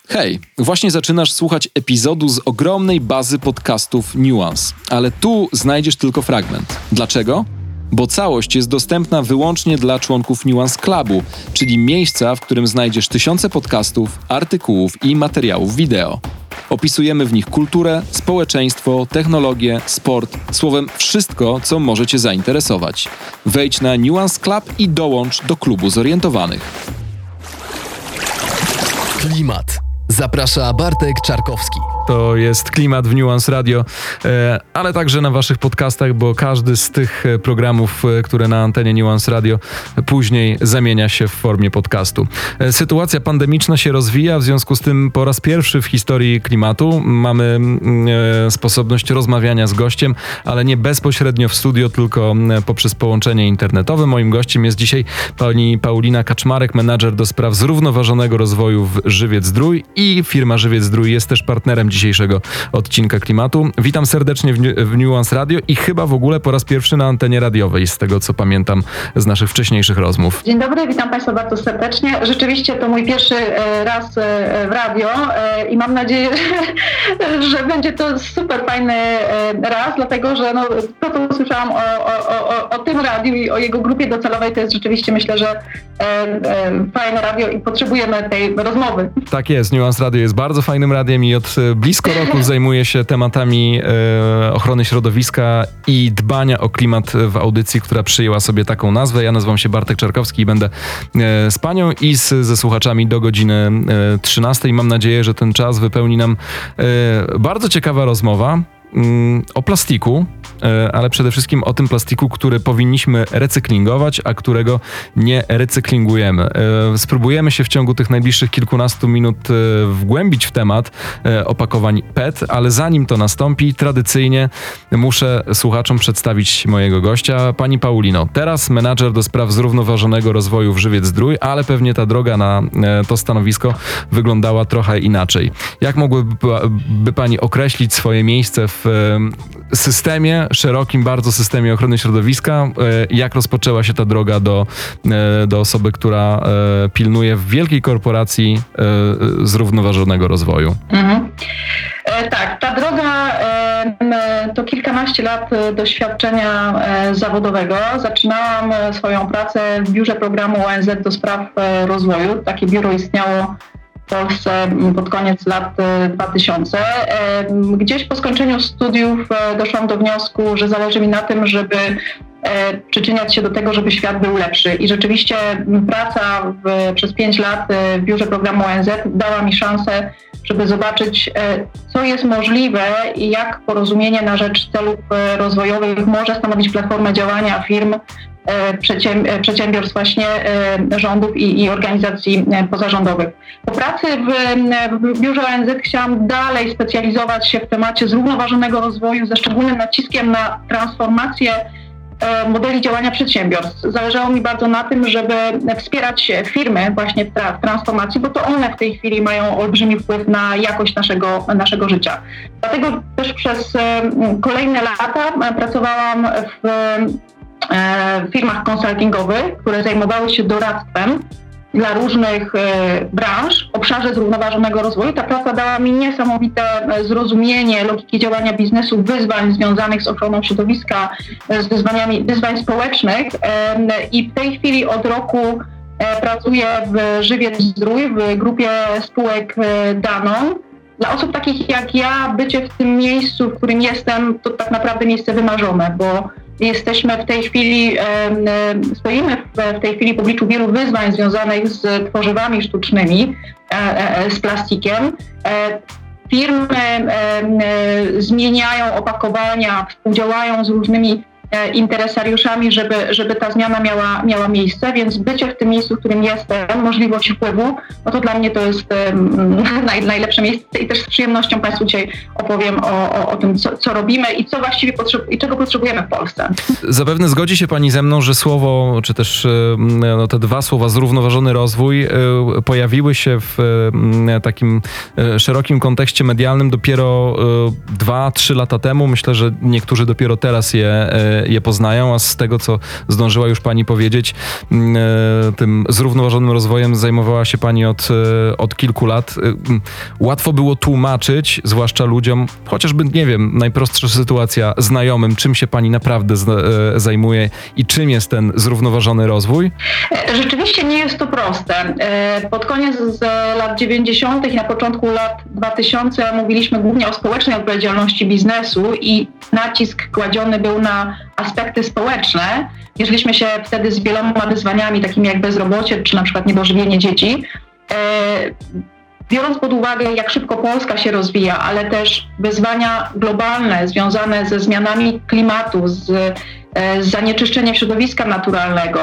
Hej, właśnie zaczynasz słuchać epizodu z ogromnej bazy podcastów Nuance, ale tu znajdziesz tylko fragment. Dlaczego? Bo całość jest dostępna wyłącznie dla członków Nuance Clubu, czyli miejsca, w którym znajdziesz tysiące podcastów, artykułów i materiałów wideo. Opisujemy w nich kulturę, społeczeństwo, technologię, sport, słowem wszystko, co może Cię zainteresować. Wejdź na Nuance Club i dołącz do klubu zorientowanych. Klimat. Zaprasza Bartek Czarkowski. To jest Klimat w Nuance Radio, ale także na waszych podcastach, bo każdy z tych programów, które na antenie Nuance Radio później zamienia się w formie podcastu. Sytuacja pandemiczna się rozwija, w związku z tym po raz pierwszy w historii Klimatu mamy sposobność rozmawiania z gościem, ale nie bezpośrednio w studio, tylko poprzez połączenie internetowe. Moim gościem jest dzisiaj pani Paulina Kaczmarek, menadżer do spraw zrównoważonego rozwoju w Żywiec-Zdrój i firma Żywiec-Zdrój jest też partnerem dzisiejszego odcinka Klimatu. Witam serdecznie w Nuance Radio i chyba w ogóle po raz pierwszy na antenie radiowej, z tego co pamiętam z naszych wcześniejszych rozmów. Dzień dobry, witam Państwa bardzo serdecznie. Rzeczywiście to mój pierwszy raz w radio i mam nadzieję, że będzie to super fajny raz, dlatego że to, co słyszałam o tym radiu i o jego grupie docelowej, to jest rzeczywiście, myślę, że fajne radio i potrzebujemy tej rozmowy. Tak jest, Nuance Radio jest bardzo fajnym radiem i od blisko roku zajmuje się tematami ochrony środowiska i dbania o klimat w audycji, która przyjęła sobie taką nazwę. Ja nazywam się Bartek Czarkowski i będę z panią i ze słuchaczami do godziny 13. Mam nadzieję, że ten czas wypełni nam bardzo ciekawa rozmowa o plastiku, ale przede wszystkim o tym plastiku, który powinniśmy recyklingować, a którego nie recyklingujemy. Spróbujemy się w ciągu tych najbliższych kilkunastu minut wgłębić w temat opakowań PET, ale zanim to nastąpi, tradycyjnie muszę słuchaczom przedstawić mojego gościa. Pani Paulino, teraz menadżer do spraw zrównoważonego rozwoju w Żywiec-Zdrój, ale pewnie ta droga na to stanowisko wyglądała trochę inaczej. Jak mogłaby pani określić swoje miejsce w systemie, szerokim bardzo systemie ochrony środowiska? Jak rozpoczęła się ta droga do osoby, która pilnuje w wielkiej korporacji zrównoważonego rozwoju? Tak, ta droga to kilkanaście lat doświadczenia zawodowego. Zaczynałam swoją pracę w biurze programu ONZ do spraw rozwoju. Takie biuro istniało w Polsce pod koniec lat 2000. Gdzieś po skończeniu studiów doszłam do wniosku, że zależy mi na tym, żeby przyczyniać się do tego, żeby świat był lepszy. I rzeczywiście praca przez 5 lat w biurze programu ONZ dała mi szansę, żeby zobaczyć, co jest możliwe i jak porozumienie na rzecz celów rozwojowych może stanowić platformę działania firm, przedsiębiorstw właśnie, rządów i organizacji pozarządowych. Po pracy w biurze ONZ chciałam dalej specjalizować się w temacie zrównoważonego rozwoju ze szczególnym naciskiem na transformację modeli działania przedsiębiorstw. Zależało mi bardzo na tym, żeby wspierać firmy właśnie w transformacji, bo to one w tej chwili mają olbrzymi wpływ na jakość naszego życia. Dlatego też przez kolejne lata pracowałam w firmach konsultingowych, które zajmowały się doradztwem dla różnych branż w obszarze zrównoważonego rozwoju. Ta praca dała mi niesamowite zrozumienie logiki działania biznesu, wyzwań związanych z ochroną środowiska, z wyzwań społecznych i w tej chwili od roku pracuję w Żywiec-Zdrój, w grupie spółek Danone. Dla osób takich jak ja, bycie w tym miejscu, w którym jestem, to tak naprawdę miejsce wymarzone, bo jesteśmy w tej chwili, stoimy w tej chwili w obliczu wielu wyzwań związanych z tworzywami sztucznymi, z plastikiem. Firmy zmieniają opakowania, współdziałają z różnymi interesariuszami, żeby ta zmiana miała miejsce, więc bycie w tym miejscu, w którym jestem, możliwość wpływu, no to dla mnie to jest najlepsze miejsce i też z przyjemnością Państwu dzisiaj opowiem o tym, co robimy i co właściwie czego potrzebujemy w Polsce. Zapewne zgodzi się Pani ze mną, że słowo, czy też te dwa słowa zrównoważony rozwój pojawiły się w takim szerokim kontekście medialnym dopiero 2-3 lata temu. Myślę, że niektórzy dopiero teraz je je poznają, a z tego, co zdążyła już pani powiedzieć, tym zrównoważonym rozwojem zajmowała się pani od kilku lat. Łatwo było tłumaczyć, zwłaszcza ludziom, chociażby, nie wiem, najprostsza sytuacja, znajomym, czym się pani naprawdę zajmuje i czym jest ten zrównoważony rozwój? Rzeczywiście nie jest to proste. Pod koniec lat 90. i na początku lat 2000 mówiliśmy głównie o społecznej odpowiedzialności biznesu i nacisk kładziony był na aspekty społeczne. Mierzyliśmy się wtedy z wieloma wyzwaniami, takimi jak bezrobocie czy na przykład niedożywienie dzieci. Biorąc pod uwagę, jak szybko Polska się rozwija, ale też wyzwania globalne związane ze zmianami klimatu, z zanieczyszczeniem środowiska naturalnego,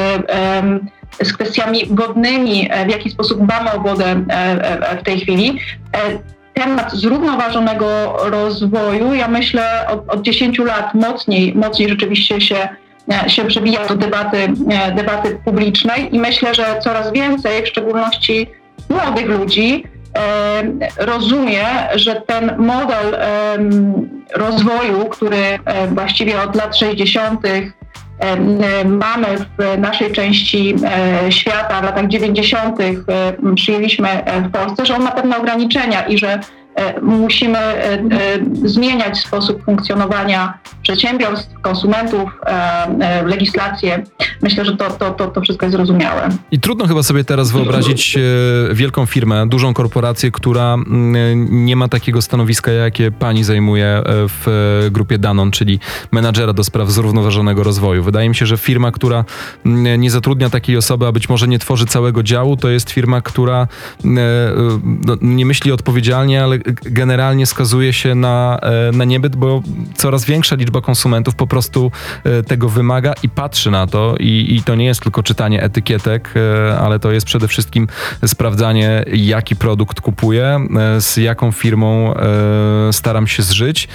z kwestiami wodnymi, w jaki sposób dbamy o wodę w tej chwili, temat zrównoważonego rozwoju, ja myślę, od 10 lat mocniej rzeczywiście się przewija do debaty publicznej i myślę, że coraz więcej, w szczególności młodych ludzi, rozumie, że ten model rozwoju, który właściwie od lat 60. mamy w naszej części świata, w latach 90. przyjęliśmy w Polsce, że on ma pewne ograniczenia i że musimy zmieniać sposób funkcjonowania przedsiębiorstw, konsumentów, legislację. Myślę, że to wszystko jest zrozumiałe. I trudno chyba sobie teraz wyobrazić wielką firmę, dużą korporację, która nie ma takiego stanowiska, jakie pani zajmuje w grupie Danone, czyli menadżera do spraw zrównoważonego rozwoju. Wydaje mi się, że firma, która nie zatrudnia takiej osoby, a być może nie tworzy całego działu, to jest firma, która nie myśli odpowiedzialnie, ale generalnie skazuje się na niebyt, bo coraz większa liczba konsumentów po prostu tego wymaga i patrzy na to i to nie jest tylko czytanie etykietek, ale to jest przede wszystkim sprawdzanie, jaki produkt kupuję, z jaką firmą staram się zżyć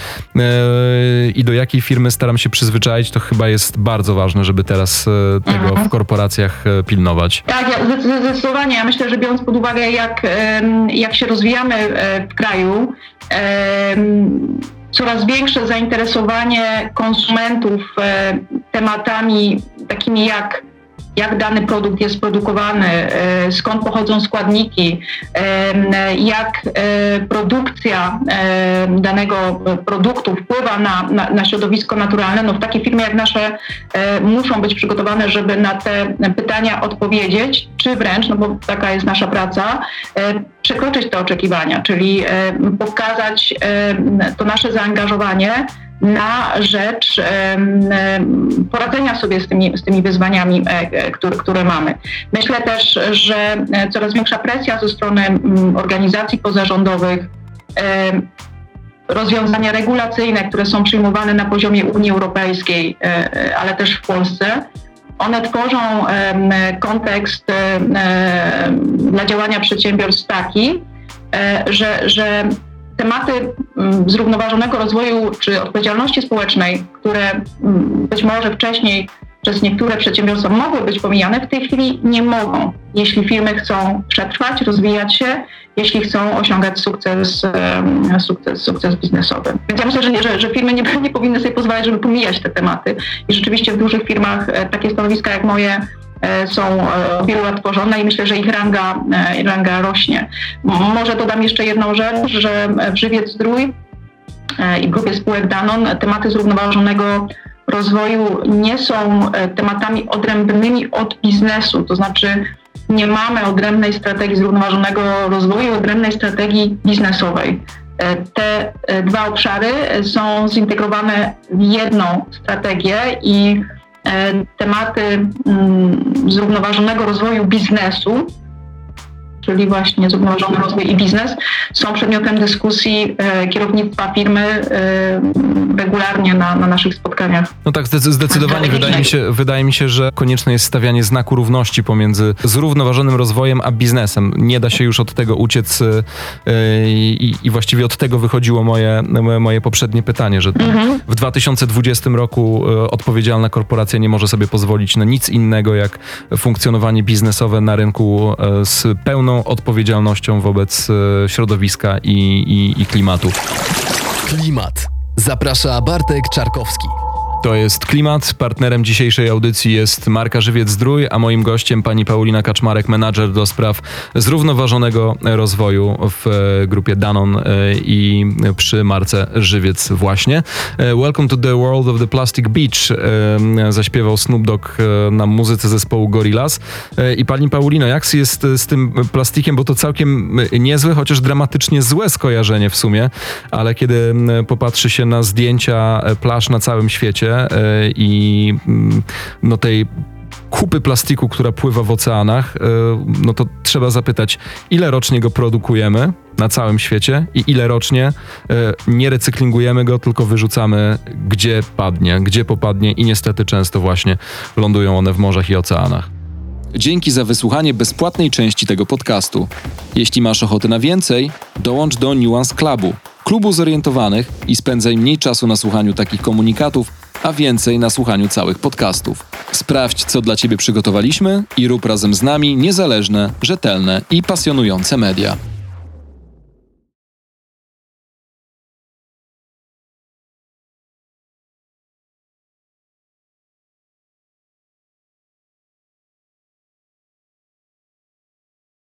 i do jakiej firmy staram się przyzwyczaić. To chyba jest bardzo ważne, żeby teraz tego w korporacjach pilnować. Tak, zdecydowanie. Ja myślę, że biorąc pod uwagę, jak się rozwijamy w kraju, coraz większe zainteresowanie konsumentów tematami takimi jak dany produkt jest produkowany, skąd pochodzą składniki, jak produkcja danego produktu wpływa na środowisko naturalne. No w takiej firmie jak nasze muszą być przygotowane, żeby na te pytania odpowiedzieć, czy wręcz, no bo taka jest nasza praca, przekroczyć te oczekiwania, czyli pokazać to nasze zaangażowanie na rzecz poradzenia sobie z tymi wyzwaniami, które mamy. Myślę też, że coraz większa presja ze strony organizacji pozarządowych, rozwiązania regulacyjne, które są przyjmowane na poziomie Unii Europejskiej, ale też w Polsce, one tworzą kontekst dla działania przedsiębiorstw taki, że tematy zrównoważonego rozwoju czy odpowiedzialności społecznej, które być może wcześniej przez niektóre przedsiębiorstwa mogły być pomijane, w tej chwili nie mogą, jeśli firmy chcą przetrwać, rozwijać się, jeśli chcą osiągać sukces biznesowy. Więc ja myślę, że firmy nie powinny sobie pozwalać, żeby pomijać te tematy. I rzeczywiście w dużych firmach takie stanowiska jak moje są od wielu lat tworzone i myślę, że ich ranga rośnie. Może dodam jeszcze jedną rzecz, że w Żywiec-Zdrój i w grupie spółek Danone tematy zrównoważonego rozwoju nie są tematami odrębnymi od biznesu, to znaczy nie mamy odrębnej strategii zrównoważonego rozwoju, odrębnej strategii biznesowej. Te dwa obszary są zintegrowane w jedną strategię i tematy zrównoważonego rozwoju biznesu, czyli właśnie zrównoważony rozwój i biznes, są przedmiotem dyskusji kierownictwa firmy regularnie na naszych spotkaniach. No tak, zdecydowanie wydaje mi się, że konieczne jest stawianie znaku równości pomiędzy zrównoważonym rozwojem a biznesem. Nie da się już od tego uciec i właściwie od tego wychodziło moje poprzednie pytanie, że w 2020 roku odpowiedzialna korporacja nie może sobie pozwolić na nic innego jak funkcjonowanie biznesowe na rynku z pełną odpowiedzialnością wobec środowiska i klimatu. Klimat. Zaprasza Bartek Czarkowski. To jest Klimat. Partnerem dzisiejszej audycji jest marka Żywiec-Zdrój, a moim gościem pani Paulina Kaczmarek, menadżer do spraw zrównoważonego rozwoju w grupie Danone i przy marce Żywiec właśnie. Welcome to the world of the plastic beach, zaśpiewał Snoop Dogg na muzyce zespołu Gorillaz. I pani Paulino, jak jest z tym plastikiem, bo to całkiem niezłe, chociaż dramatycznie złe skojarzenie w sumie, ale kiedy popatrzy się na zdjęcia plaż na całym świecie i no tej kupy plastiku, która pływa w oceanach, no to trzeba zapytać, ile rocznie go produkujemy na całym świecie i ile rocznie nie recyklingujemy go, tylko wyrzucamy gdzie popadnie i niestety często właśnie lądują one w morzach i oceanach. Dzięki za wysłuchanie bezpłatnej części tego podcastu. Jeśli masz ochotę na więcej, dołącz do Nuance Clubu, klubu zorientowanych i spędzaj mniej czasu na słuchaniu takich komunikatów, a więcej na słuchaniu całych podcastów. Sprawdź, co dla Ciebie przygotowaliśmy i rób razem z nami niezależne, rzetelne i pasjonujące media.